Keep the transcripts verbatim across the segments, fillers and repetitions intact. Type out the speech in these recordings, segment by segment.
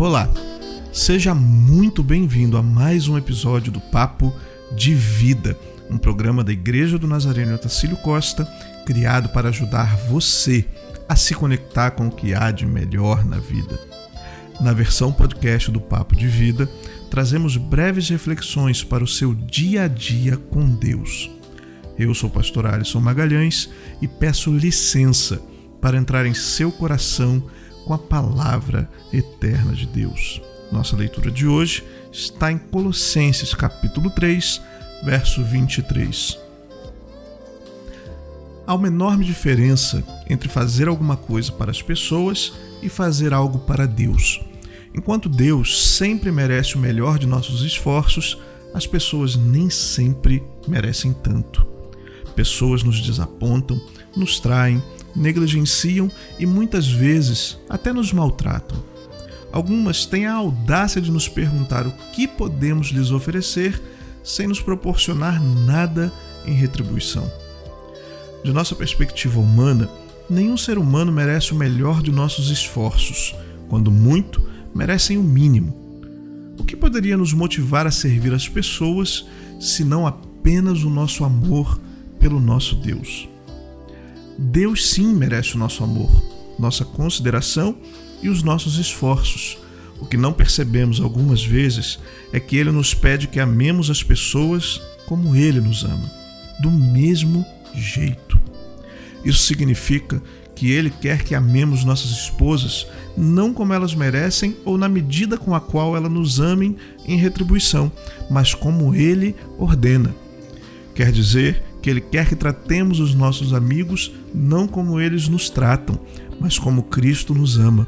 Olá, seja muito bem-vindo a mais um episódio do Papo de Vida, um programa da Igreja do Nazareno Otacílio Costa, criado para ajudar você a se conectar com o que há de melhor na vida. Na versão podcast do Papo de Vida, trazemos breves reflexões para o seu dia a dia com Deus. Eu sou o pastor Alisson Magalhães e peço licença para entrar em seu coração com a palavra eterna de Deus. Nossa leitura de hoje está em Colossenses capítulo três, verso vinte e três. Há uma enorme diferença entre fazer alguma coisa para as pessoas e fazer algo para Deus. Enquanto Deus sempre merece o melhor de nossos esforços, as pessoas nem sempre merecem tanto. Pessoas nos desapontam, nos traem, negligenciam e muitas vezes até nos maltratam. Algumas têm a audácia de nos perguntar o que podemos lhes oferecer sem nos proporcionar nada em retribuição. De nossa perspectiva humana, nenhum ser humano merece o melhor de nossos esforços, quando muito, merecem o mínimo. O que poderia nos motivar a servir as pessoas, se não apenas o nosso amor pelo nosso Deus? Deus sim merece o nosso amor, nossa consideração e os nossos esforços. O que não percebemos algumas vezes é que Ele nos pede que amemos as pessoas como Ele nos ama, do mesmo jeito. Isso significa que Ele quer que amemos nossas esposas não como elas merecem ou na medida com a qual elas nos amem em retribuição, mas como Ele ordena. Quer dizer que Ele quer que tratemos os nossos amigos não como eles nos tratam, mas como Cristo nos ama.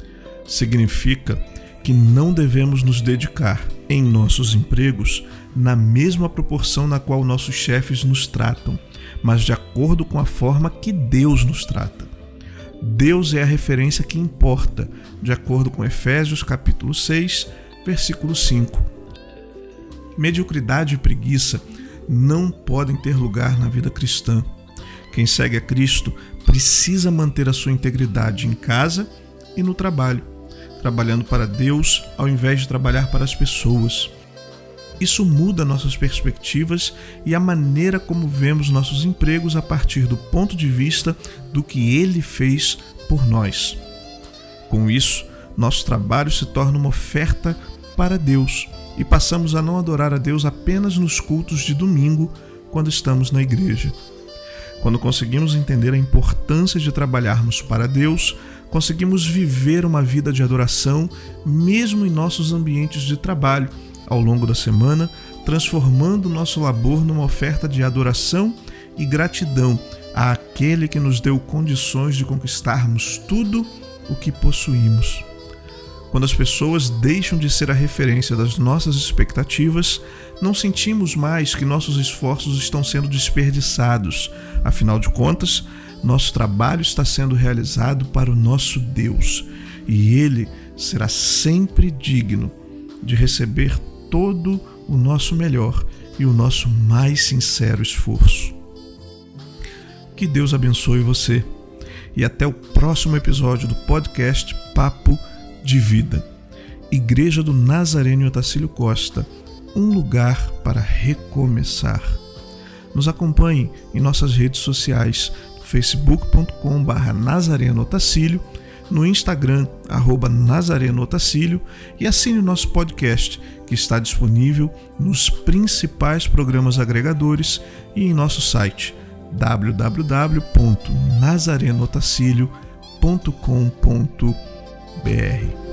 Significa que não devemos nos dedicar em nossos empregos na mesma proporção na qual nossos chefes nos tratam, mas de acordo com a forma que Deus nos trata. Deus é a referência que importa, de acordo com Efésios capítulo seis, versículo cinco. Mediocridade e preguiça não podem ter lugar na vida cristã. Quem segue a Cristo precisa manter a sua integridade em casa e no trabalho, trabalhando para Deus ao invés de trabalhar para as pessoas. Isso muda nossas perspectivas e a maneira como vemos nossos empregos a partir do ponto de vista do que Ele fez por nós. Com isso, nosso trabalho se torna uma oferta para Deus e passamos a não adorar a Deus apenas nos cultos de domingo, quando estamos na igreja. Quando conseguimos entender a importância de trabalharmos para Deus, conseguimos viver uma vida de adoração mesmo em nossos ambientes de trabalho, ao longo da semana, transformando nosso labor numa oferta de adoração e gratidão àquele que nos deu condições de conquistarmos tudo o que possuímos. Quando as pessoas deixam de ser a referência das nossas expectativas, não sentimos mais que nossos esforços estão sendo desperdiçados. Afinal de contas, nosso trabalho está sendo realizado para o nosso Deus, e Ele será sempre digno de receber todo o nosso melhor e o nosso mais sincero esforço. Que Deus abençoe você e até o próximo episódio do podcast Papo de Vida. Igreja do Nazareno Otacílio Costa, um lugar para recomeçar. Nos acompanhe em nossas redes sociais, facebook ponto com barra nazareno otacílio, no Instagram, arroba Nazareno Otacílio, e assine o nosso podcast, que está disponível nos principais programas agregadores e em nosso site w w w ponto nazareno otacílio ponto com ponto b r.